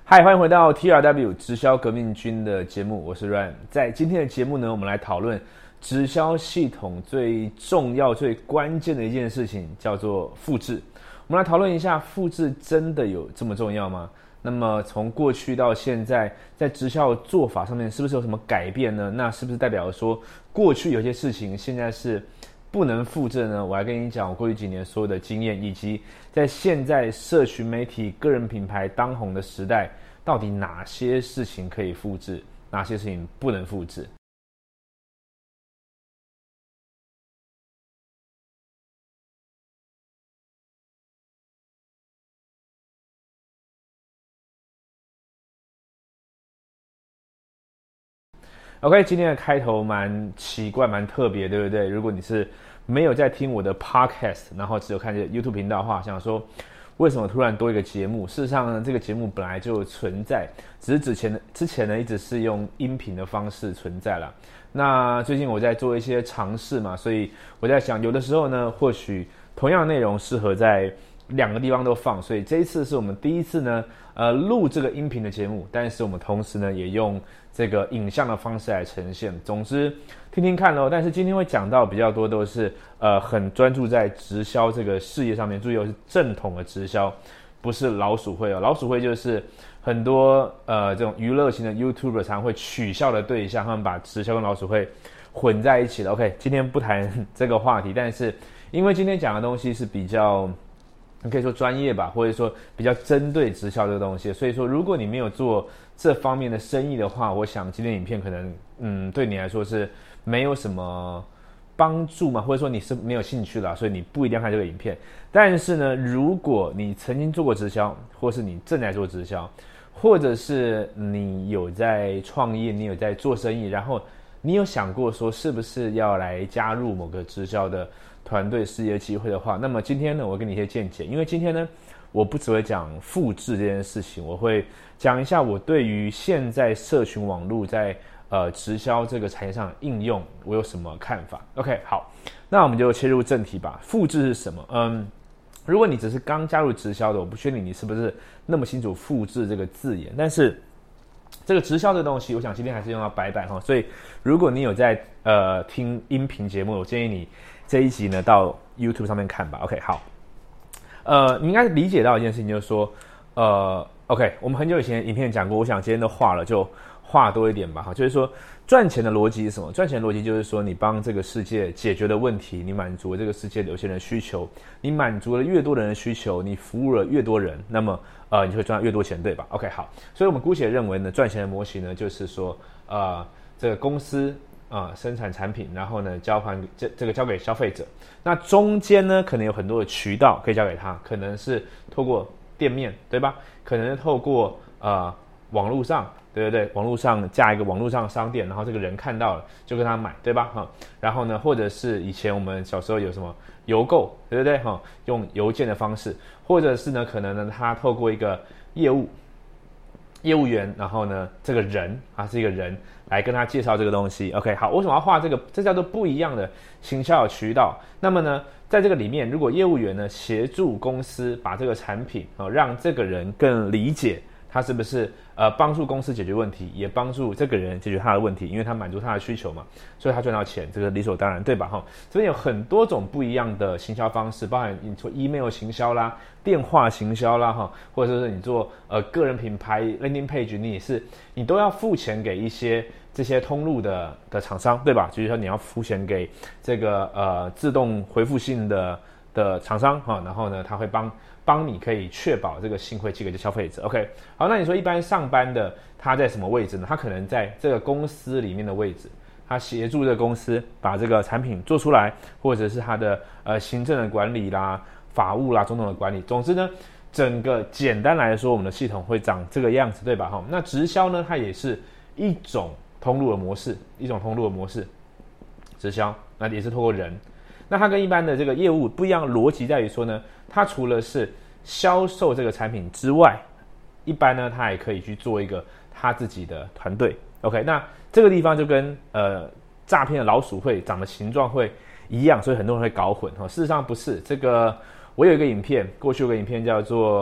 嗨，欢迎回到 TRW 直销革命军的节目，我是 Ryan。在今天的节目呢，我们来讨论直销系统最重要、最关键的一件事情，叫做复制。我们来讨论一下，复制真的有这么重要吗？那么从过去到现在，在直销的做法上面，是不是有什么改变呢？那是不是代表说，过去有些事情现在是不能复制呢？我来跟你讲我过去几年所有的经验，以及在现在社群媒体、个人品牌当红的时代，到底哪些事情可以复制，哪些事情不能复制。OK， 今天的开头蛮奇怪、蛮特别，对不对？如果你是没有在听我的 Podcast， 然后只有看这 YouTube 频道的话，想说为什么突然多一个节目？事实上呢，这个节目本来就存在，只是之前呢一直是用音频的方式存在啦。那最近我在做一些尝试嘛，所以我在想，有的时候呢，或许同样的内容适合在两个地方都放，所以这一次是我们第一次呢，录这个音频的节目，但是我们同时呢也用这个影像的方式来呈现。总之听听看咯。但是今天会讲到比较多都是很专注在直销这个事业上面，注意是正统的直销，不是老鼠会哦。老鼠会就是很多这种娱乐型的 YouTuber 常会取笑的对象，他们把直销跟老鼠会混在一起了。OK， 今天不谈这个话题，但是因为今天讲的东西是比较，你可以说专业吧，或者说比较针对直销这个东西，所以说如果你没有做这方面的生意的话，我想今天影片可能对你来说是没有什么帮助嘛，或者说你是没有兴趣啦，所以你不一定要看这个影片。但是呢，如果你曾经做过直销，或是你正在做直销，或者是你有在创业，你有在做生意，然后你有想过说是不是要来加入某个直销的团队事业机会的话，那么今天呢，我给你一些见解。因为今天呢，我不只会讲复制这件事情，我会讲一下我对于现在社群网络在直销这个产业上的应用，我有什么看法。OK， 好，那我们就切入正题吧。复制是什么？如果你只是刚加入直销的，我不确定你是不是那么清楚复制这个字眼，但是这个直销的东西，我想今天还是用到白板哈。所以如果你有在听音频节目，我建议你这一集呢到 YouTube 上面看吧。OK， 好，你应该理解到一件事情，就是说OK， 我们很久以前影片讲过，我想今天都画了，就画多一点吧哈。就是说赚钱的逻辑是什么？赚钱的逻辑就是说，你帮这个世界解决的问题，你满足了这个世界有些人的需求，你满足了越多人的需求，你服务了越多人，那么你就会赚到越多钱，对吧 ？OK， 好，所以我们姑且认为呢，赚钱的模型呢，就是说这个公司生产产品，然后呢交给消费者，那中间呢可能有很多的渠道可以交给他，可能是透过店面，对吧？可能是透过网络上，对不对？网络上架一个网络上的商店，然后这个人看到了就跟他买，对吧？然后呢，或者是以前我们小时候有什么邮购，对不对？用邮件的方式，或者是呢，可能呢他透过一个业务员，然后呢这个人是一个人来跟他介绍这个东西。OK， 好，为什么要画这个？这叫做不一样的行销的渠道。那么呢，在这个里面，如果业务员呢协助公司把这个产品让这个人更理解他是不是帮助公司解决问题，也帮助这个人解决他的问题，因为他满足他的需求嘛，所以他赚到钱，这个理所当然，对吧？这边有很多种不一样的行销方式，包含你做 email 行销啦、电话行销啦，或者是你做个人品牌 landing page， 你都要付钱给一些这些通路的厂商，对吧？就是说你要付钱给这个自动回复信的厂商然后呢，他会帮你可以确保这个信会寄给消费者。OK， 好，那你说一般上班的他在什么位置呢？他可能在这个公司里面的位置，他协助这个公司把这个产品做出来，或者是他的行政的管理啦、法务啦、种种的管理。总之呢，整个简单来说，我们的系统会长这个样子，对吧？那直销呢，它也是一种通路的模式，直销那也是透过人。那它跟一般的这个业务不一样的逻辑在于说呢，它除了是销售这个产品之外，一般呢它也可以去做一个他自己的团队。OK， 那这个地方就跟诈骗的老鼠会长的形状会一样，所以很多人会搞混。事实上不是，这个我有一个影片，过去有个影片叫做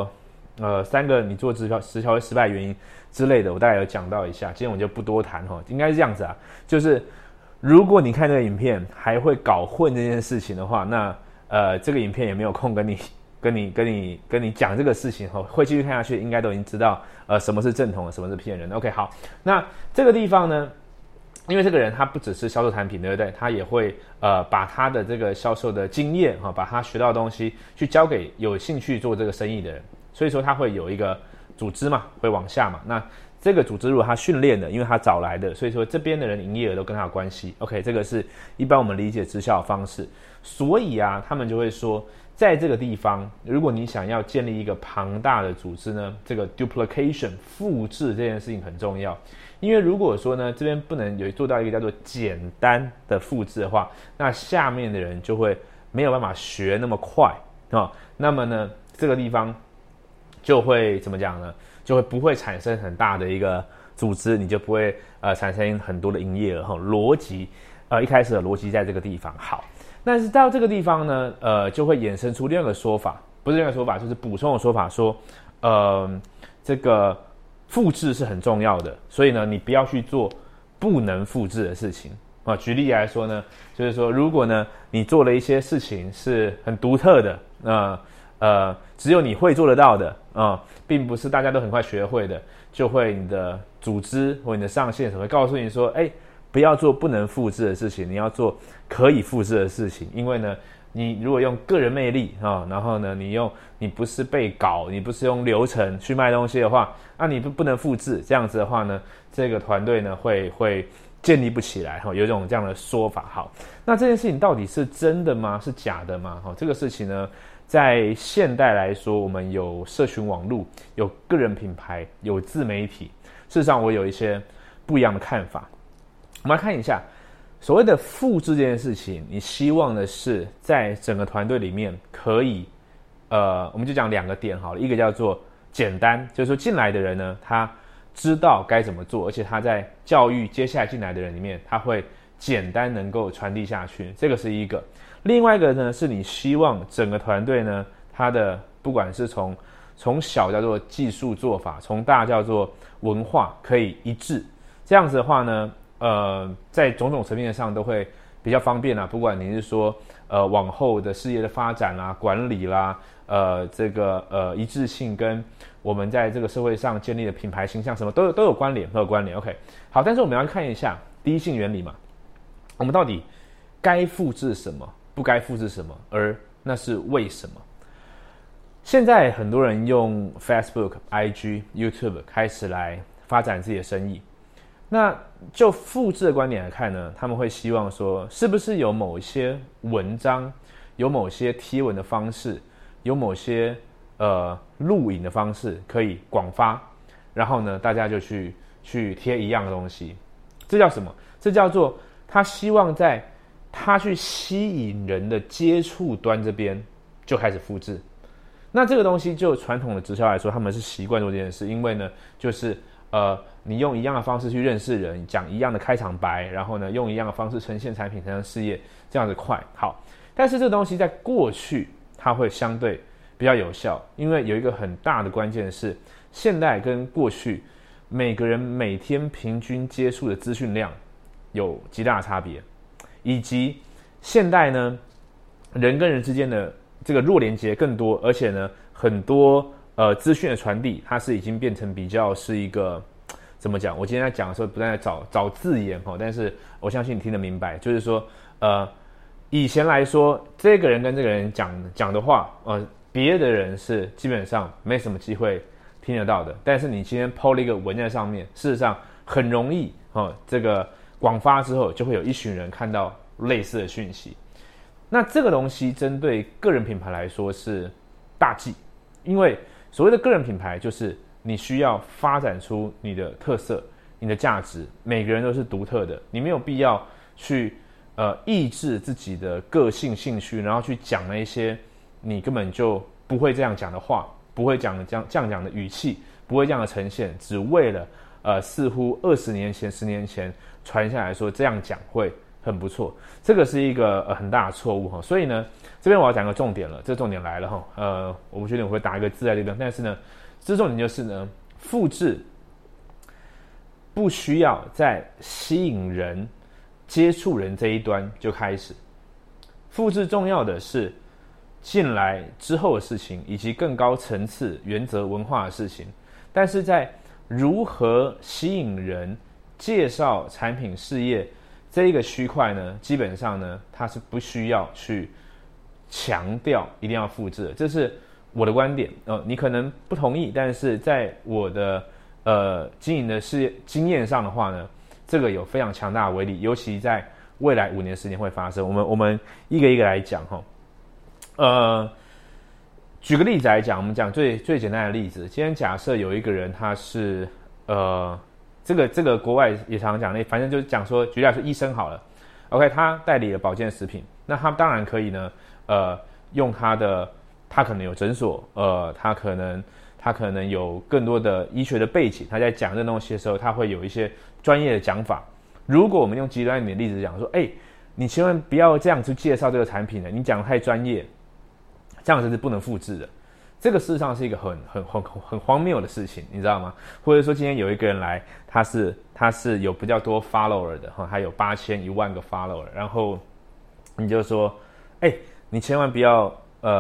3个你做直销会失败原因之类的，我大概有讲到一下，今天我就不多谈哈，应该是这样子啊，就是如果你看这个影片还会搞混这件事情的话，那这个影片也没有空跟你讲这个事情哈，会继续看下去，应该都已经知道什么是正统的，什么是骗人的。OK， 好，那这个地方呢，因为这个人他不只是销售产品，对不对？他也会把他的这个销售的经验哈，把他学到的东西去交给有兴趣做这个生意的人，所以说他会有一个组织嘛，会往下嘛。那这个组织如果他训练的，因为他找来的，所以说这边的人营业额都跟他有关系。OK， 这个是一般我们理解直销的方式。所以啊，他们就会说，在这个地方，如果你想要建立一个庞大的组织呢，这个 duplication 复制这件事情很重要。因为如果说呢，这边不能有做到一个叫做简单的复制的话，那下面的人就会没有办法学那么快那么呢，这个地方就会怎么讲呢？就会不会产生很大的一个组织，你就不会产生很多的营业额逻辑一开始的逻辑在这个地方好，但是到这个地方呢就会衍生出另外一个说法，不是另外一个说法，就是补充的说法说这个复制是很重要的，所以呢你不要去做不能复制的事情举例来说呢，就是说如果呢你做了一些事情是很独特的只有你会做得到的并不是大家都很快学会的，就会你的组织或你的上线会告诉你说不要做不能复制的事情，你要做可以复制的事情。因为呢你如果用个人魅力然后呢你不是背稿，你不是用流程去卖东西的话，那你不能复制，这样子的话呢这个团队呢会建立不起来有一种这样的说法。好，那这件事情到底是真的吗？是假的吗？这个事情呢在现代来说，我们有社群网络，有个人品牌，有自媒体，事实上我有一些不一样的看法。我们来看一下所谓的复制这件事情，你希望的是在整个团队里面可以我们就讲2个点好了，一个叫做简单，就是说进来的人呢他知道该怎么做，而且他在教育接下来进来的人里面他会简单能够传递下去，这个是一个。另外一个呢是你希望整个团队呢他的不管是从小叫做技术做法，从大叫做文化可以一致，这样子的话呢在种种层面上都会比较方便不管你是说往后的事业的发展啦、管理啦这个一致性跟我们在这个社会上建立的品牌形象什么都有关联OK， 好，但是我们要看一下第一性原理嘛，我们到底该复制什么，不该复制什么，而那是为什么？现在很多人用 Facebook、IG、YouTube 开始来发展自己的生意。那就复制的观点来看呢，他们会希望说，是不是有某些文章，有某些贴文的方式，有某些录影的方式可以广发，然后呢，大家就去贴一样的东西。这叫什么？这叫做他希望在他去吸引人的接触端这边就开始复制。那这个东西就传统的直销来说，他们是习惯做这件事，因为呢，就是你用一样的方式去认识人，讲一样的开场白，然后呢，用一样的方式呈现产品、呈现事业，这样子快。好，但是这个东西在过去它会相对比较有效，因为有一个很大的关键是，现代跟过去每个人每天平均接触的资讯量有极大的差别，以及现代呢，人跟人之间的这个弱连结更多，而且呢，很多资讯的传递，它是已经变成比较是一个怎么讲？我今天在讲的时候，不断在找字眼但是我相信你听得明白，就是说以前来说，这个人跟这个人讲的话，别的人是基本上没什么机会听得到的，但是你今天 po 了一个文在上面，事实上很容易这个广发之后，就会有一群人看到类似的讯息。那这个东西针对个人品牌来说是大忌，因为所谓的个人品牌就是你需要发展出你的特色、你的价值，每个人都是独特的，你没有必要去抑制自己的个性、兴趣，然后去讲那一些你根本就不会这样讲的话，不会讲这样讲的语气，不会这样的呈现，只为了似乎20年前、10年前传下来说这样讲会很不错，这个是一个很大的错误所以呢，这边我要讲个重点了，这重点来了我不确定我会打一个字在这边，但是呢， 这重点就是呢，复制不需要在吸引人、接触人这一端就开始。复制重要的是进来之后的事情，以及更高层次、原则、文化的事情。但是在如何吸引人、介绍产品事业这一个区块呢，基本上呢，它是不需要去强调一定要复制的，这是我的观点。你可能不同意，但是在我的经营的事业经验上的话呢，这个有非常强大的威力，尤其在未来5年、10年会发生。我们一个一个来讲哈。举个例子来讲，我们讲最简单的例子。今天假设有一个人，他是这个国外也常讲，反正就是讲说，举例来说，医生好了 ，OK， 他代理了保健食品，那他当然可以呢，用他可能有诊所，他可能有更多的医学的背景，他在讲这东西的时候，他会有一些专业的讲法。如果我们用极端一点的例子讲说，你千万不要这样去介绍这个产品了，你讲太专业。这样子是不能复制的，这个事实上是一个很荒谬的事情，你知道吗？或者说今天有一个人来，他是有比较多 follower 的，他有8000、10000个 follower， 然后你就说，你千万不要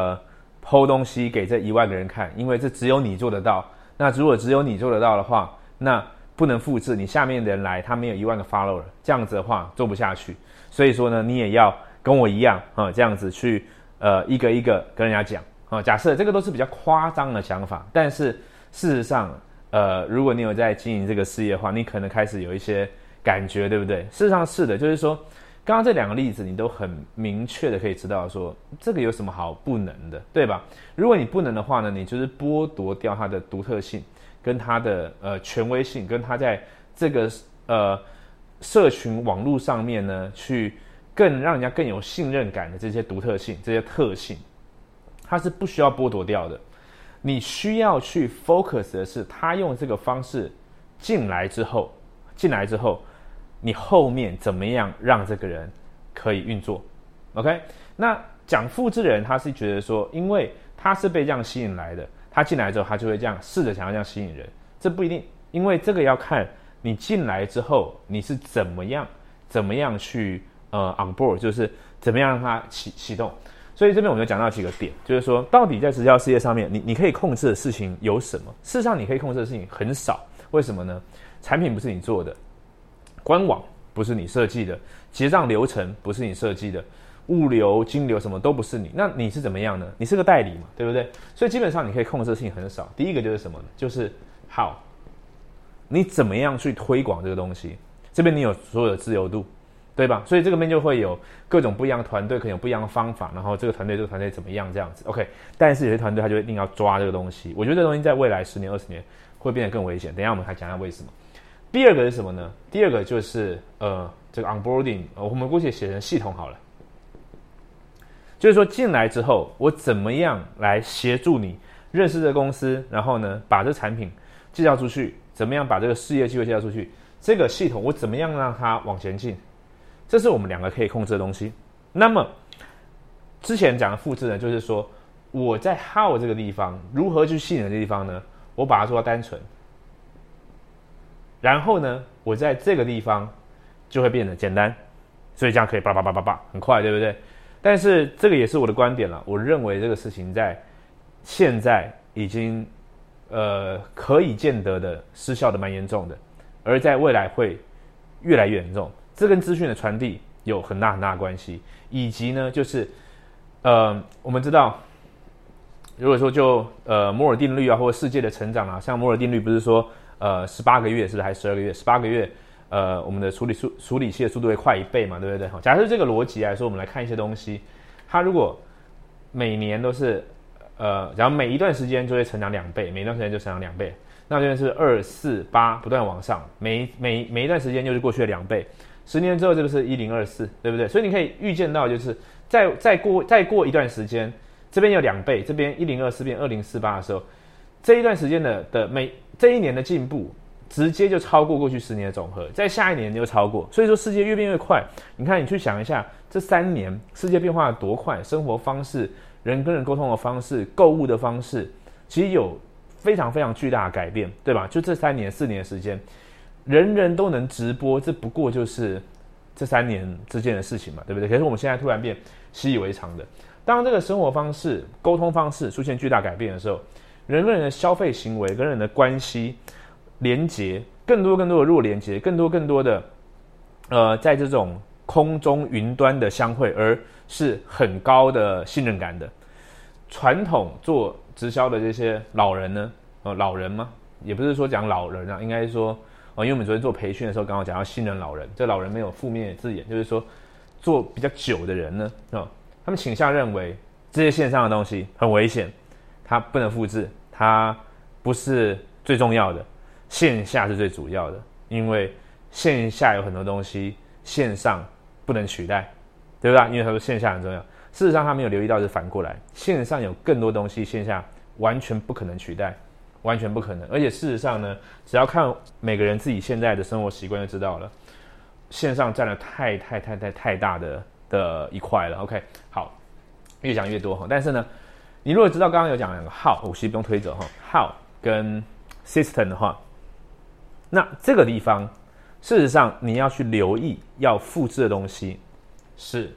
po 东西给这10000个人看，因为这只有你做得到。那如果只有你做得到的话，那不能复制。你下面的人来，他没有10000个 follower， 这样子的话做不下去。所以说呢，你也要跟我一样这样子去。一个一个跟人家讲假设这个都是比较夸张的想法，但是事实上，如果你有在经营这个事业的话，你可能开始有一些感觉，对不对？事实上是的，就是说，刚刚这2个例子，你都很明确的可以知道说，这个有什么好不能的，对吧？如果你不能的话呢，你就是剥夺掉它的独特性，跟它的权威性，跟它在这个社群网络上面呢去。更让人家更有信任感的这些独特性、这些特性，它是不需要剥夺掉的。你需要去 focus 的是，他用这个方式进来之后，你后面怎么样让这个人可以运作 ？OK？ 那讲复制的人，他是觉得说，因为他是被这样吸引来的，他进来之后，他就会这样试着想要这样吸引人。这不一定，因为这个要看你进来之后，你是怎么样去。on board 就是怎么样让它启动，所以这边我们就讲到几个点，就是说到底在直销事业上面，你可以控制的事情有什么？事实上，你可以控制的事情很少，为什么呢？产品不是你做的，官网不是你设计的，结账流程不是你设计的，物流、金流什么都不是你，那你是怎么样呢？你是个代理嘛，对不对？所以基本上你可以控制的事情很少。第一个就是什么呢？就是 how， 你怎么样去推广这个东西？这边你有所有的自由度。对吧？所以这个边就会有各种不一样的团队，可能有不一样的方法，然后这个团队怎么样这样子 ，OK？ 但是有些团队他就一定要抓这个东西，我觉得这个东西在未来10年、20年会变得更危险。等一下我们还讲一下为什么。第二个是什么呢？第二个就是这个 onboarding， 我们姑且写成系统好了，就是说进来之后，我怎么样来协助你认识这个公司，然后呢把这产品介绍出去，怎么样把这个事业机会介绍出去，这个系统我怎么样让它往前进？这是我们2个可以控制的东西。那么之前讲的复制呢，就是说我在 how 这个地方如何去吸引人的地方呢，我把它做到单纯，然后呢，我在这个地方就会变得简单，所以这样可以叭叭叭叭叭很快，对不对？但是这个也是我的观点了，我认为这个事情在现在已经可以见得的失效的蛮严重的，而在未来会越来越严重。这跟资讯的传递有很大的关系，以及呢，就是我们知道，如果说就摩尔定律啊，或者世界的成长啊，像摩尔定律不是说18个月是不是还是12个月？18个月我们的处理器的速度会快1倍嘛，对不对？假设这个逻辑来说，我们来看一些东西，它如果每年都是然后每一段时间就会成长2倍，每一段时间就成长2倍，那这边是2、4、8不断往上，每一段时间就是过去的2倍。10年之后，这个是1024，对不对？所以你可以预见到，就是再过一段时间，这边有2倍，这边1024变2048的时候，这一段时间的这一年的进步，直接就超过过去10年的总和，在下一年就超过。所以说，世界越变越快。你看，你去想一下，这3年世界变化多快，生活方式、人跟人沟通的方式、购物的方式，其实有非常非常巨大的改变，对吧？就这3年4年的时间，人人都能直播，这不过就是这3年之间的事情嘛，对不对？可是我们现在突然变习以为常的，当这个生活方式、沟通方式出现巨大改变的时候，人跟人的消费行为、跟人的关系连结，更多的弱连结，更多的在这种空中云端的相会，而是很高的信任感的。传统做直销的这些老人呢，老人吗？也不是说讲老人啊，应该说，因为我们昨天做培训的时候，刚好讲到信任老人，这老人没有负面字眼，就是说做比较久的人呢，他们倾向认为这些线上的东西很危险，它不能复制，它不是最重要的，线下是最主要的，因为线下有很多东西，线上不能取代，对不对？因为他说线下很重要。事实上，他没有留意到是反过来，线上有更多东西，线下完全不可能取代，完全不可能。而且事实上呢，只要看每个人自己现在的生活习惯就知道了，线上占了太大的一块了。OK， 好，越讲越多哈。但是呢，你如果知道刚刚有讲两个 how， 我其实不用推走哈 ，how 跟 system 的话，那这个地方事实上你要去留意要复制的东西是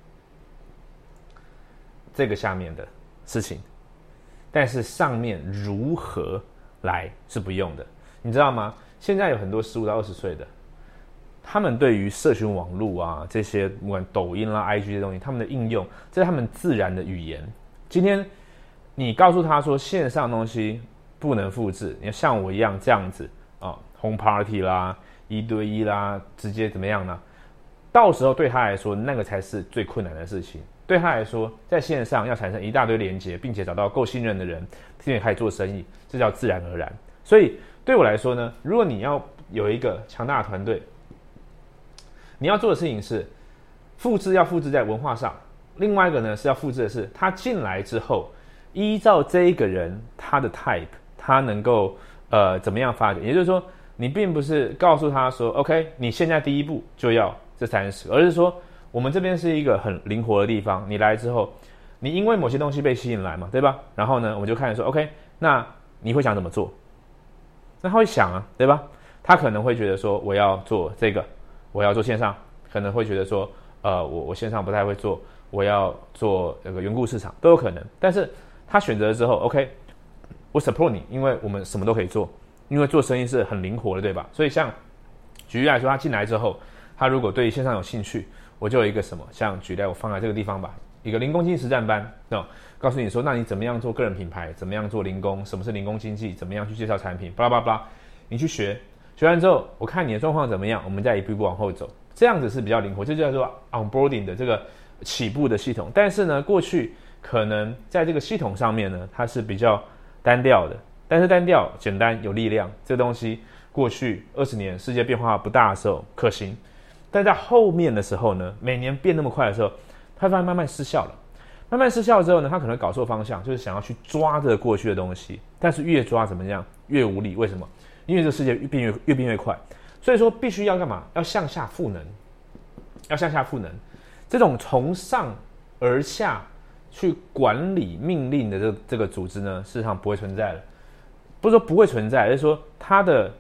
这个下面的事情，但是上面如何来是不用的，你知道吗？现在有很多15到20岁的，他们对于社群网络啊这些不管抖音啦、IG 这些东西，他们的应用这是他们自然的语言。今天你告诉他说线上的东西不能复制，你像我一样这样子啊，home party 啦、1对1啦，直接怎么样呢？到时候对他来说，那个才是最困难的事情。对他来说，在线上要产生一大堆连结，并且找到够信任的人，并且开始做生意，这叫自然而然。所以对我来说呢，如果你要有一个强大的团队，你要做的事情是复制，要复制在文化上。另外一个呢是要复制的是，他进来之后，依照这一个人他的 type， 他能够怎么样发展。也就是说，你并不是告诉他说 ，OK， 你现在第一步就要这30个，而是说，我们这边是一个很灵活的地方。你来之后，你因为某些东西被吸引来嘛，对吧？然后呢，我们就看说 ，OK， 那你会想怎么做？那他会想啊，对吧？他可能会觉得说，我要做这个，我要做线上，可能会觉得说，我线上不太会做，我要做那个缘故市场都有可能。但是他选择了之后 ，OK， 我 support 你，因为我们什么都可以做，因为做生意是很灵活的，对吧？所以像举例来说，他进来之后，他如果对线上有兴趣，我就有一个什么，像举例我放在这个地方吧，一个零工经济实战班，告诉你说，那你怎么样做个人品牌，怎么样做零工，什么是零工经济，怎么样去介绍产品，巴拉巴拉巴拉，你去学完之后，我看你的状况怎么样，我们再一步一步往后走，这样子是比较灵活，这就叫做 onboarding 的这个起步的系统。但是呢，过去可能在这个系统上面呢，它是比较单调的，但是单调简单有力量，这东西过去20年世界变化不大的时候可行，但在后面的时候呢，每年变那么快的时候，它发现慢慢失效了。慢慢失效之后呢，他可能搞错方向，就是想要去抓这个过去的东西，但是越抓怎么样，越无力。为什么？因为这个世界越变越快，所以说必须要干嘛？要向下赋能，要向下赋能。这种从上而下去管理命令的这个组织呢，事实上不会存在了。不是说不会存在，而是说它的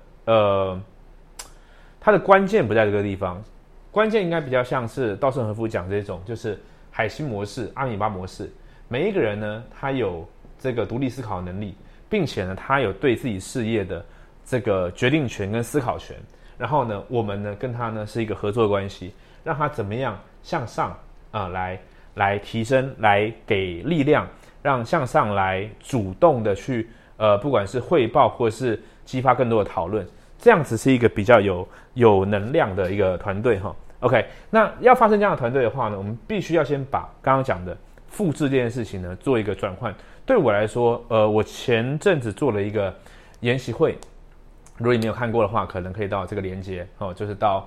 关键不在这个地方，关键应该比较像是稻盛和夫讲这种，就是海星模式、阿米巴模式。每一个人呢，他有这个独立思考的能力，并且呢，他有对自己事业的这个决定权跟思考权。然后呢，我们呢跟他呢是一个合作关系，让他怎么样向上来提升，来给力量，让向上来主动的去不管是汇报或是激发更多的讨论，这样子是一个比较有能量的一个团队哈。OK， 那要发生这样的团队的话呢，我们必须要先把刚刚讲的复制这件事情呢做一个转换。对我来说，我前阵子做了一个研习会，如果你没有看过的话，可能可以到这个连结就是到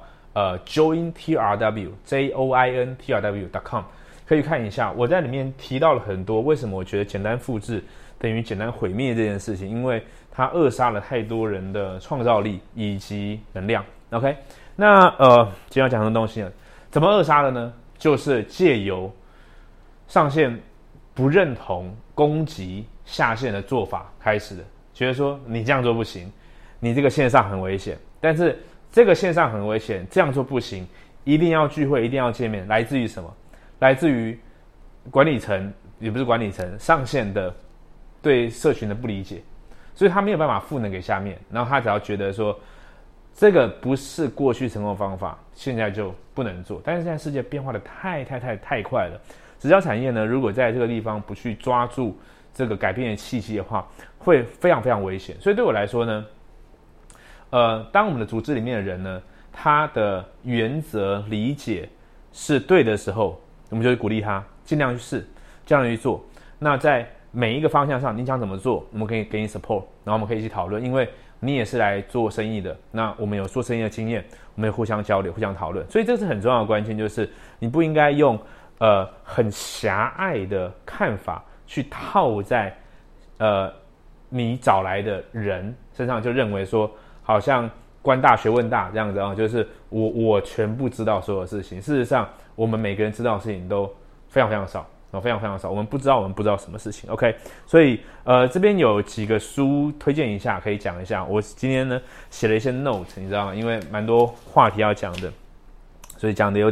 jointrw.com 可以看一下。我在里面提到了很多为什么我觉得简单复制等于简单毁灭这件事情，因为它扼杀了太多人的创造力以及能量。OK， 那今天要讲什么东西呢？怎么扼杀的呢？就是借由上线不认同、攻击下线的做法开始的。 觉得说你这样做不行，你这个线上很危险。但是这个线上很危险，这样做不行，一定要聚会，一定要见面，来自于什么？来自于管理层，也不是管理层，上线的对社群的不理解，所以他没有办法赋能给下面，然后他只要觉得说这个不是过去成功的方法，现在就不能做。但是现在世界变化的太快了，直销产业呢，如果在这个地方不去抓住这个改变的契机的话，会非常危险。所以对我来说呢，当我们的组织里面的人呢，他的原则理解是对的时候，我们就会鼓励他尽量去试，尽量去做。那在每一个方向上，你想怎么做，我们可以给你 support， 然后我们可以一起讨论，因为你也是来做生意的，那我们有做生意的经验，我们也互相交流、互相讨论。所以这是很重要的关键，就是你不应该用很狭隘的看法去套在你找来的人身上，就认为说好像官大学问大这样子啊，就是我全部知道所有事情。事实上，我们每个人知道的事情都非常少。非常少，我们不知道什么事情 ，OK， 所以这边有几个书推荐一下，可以讲一下。我今天呢写了一些 note， 你知道吗？因为蛮多话题要讲的，所以讲的有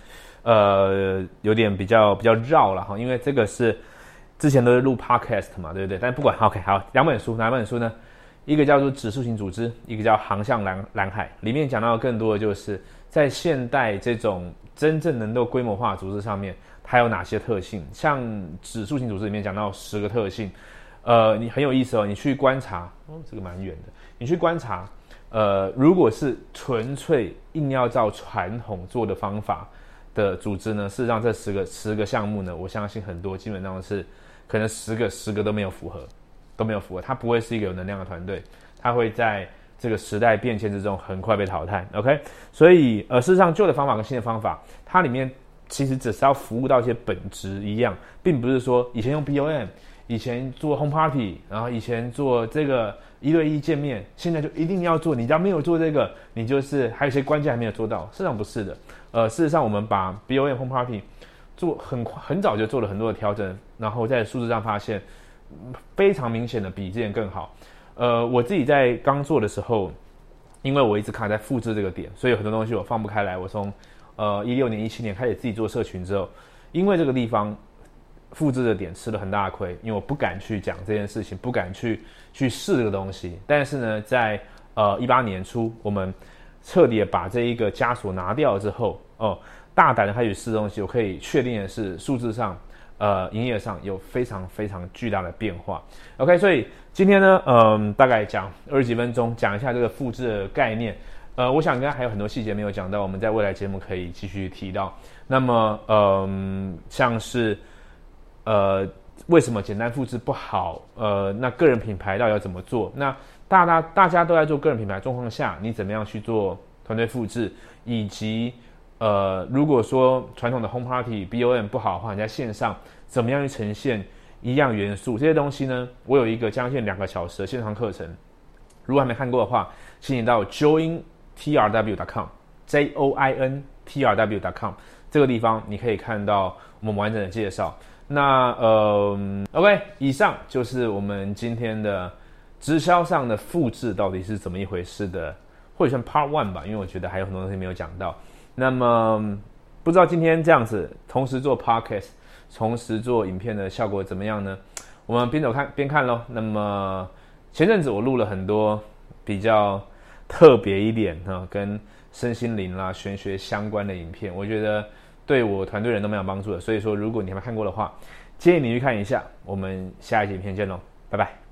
点比较绕了哈。因为这个是之前都是录 podcast 嘛，对不对？但不管 OK 好，哪本书呢？一个叫做指数型组织，一个叫航向蓝海，里面讲到更多的就是在现代这种真正能够规模化的组织上面，它有哪些特性？像指数型组织里面讲到10个特性，你很有意思哦，你去观察，这个蛮远的，你去观察，如果是纯粹硬要照传统做的方法的组织呢，事实上这10个项目呢，我相信很多基本上是可能10个都没有符合，它不会是一个有能量的团队，它会在这个时代变迁之中很快被淘汰 ，OK？ 所以事实上旧的方法跟新的方法，它里面其实只是要服务到一些本质一样，并不是说以前用 BOM， 以前做 home party， 然后以前做这个1对1见面，现在就一定要做，你只要没有做这个，你就是还有一些关键还没有做到。事实上不是的，事实上我们把 BOM home party 做很早就做了很多的调整，然后在数字上发现非常明显的比之前更好。我自己在刚做的时候，因为我一直卡在复制这个点，所以有很多东西我放不开来。我从16年、17年开始自己做社群之后，因为这个地方复制的点吃了很大的亏，因为我不敢去讲这件事情，不敢去试这个东西。但是呢，在18年初，我们彻底的把这一个枷锁拿掉之后，大胆的开始试东西，我可以确定的是数字上。营业上有非常巨大的变化。OK， 所以今天呢，大概讲20几分钟，讲一下这个复制的概念。我想应该还有很多细节没有讲到，我们在未来节目可以继续提到。那么，像是为什么简单复制不好？那个人品牌到底要怎么做？那大家都在做个人品牌状况下，你怎么样去做团队复制？以及如果说传统的 home party BOM 不好的话，你在线上怎么样去呈现一样元素？这些东西呢，我有一个将近2个小时的线上课程，如果还没看过的话，请你到 jointrw.com jointrw.com 这个地方，你可以看到我们完整的介绍。那OK， 以上就是我们今天的直销上的复制到底是怎么一回事的，或者算 Part 1吧，因为我觉得还有很多东西没有讲到。那么不知道今天这样子同时做 podcast 同时做影片的效果怎么样呢？我们边走边看咯。那么前阵子我录了很多比较特别一点跟身心灵啦玄学相关的影片，我觉得对我团队人都蛮有帮助的，所以说如果你还没看过的话，建议你去看一下。我们下一集影片见咯，拜拜。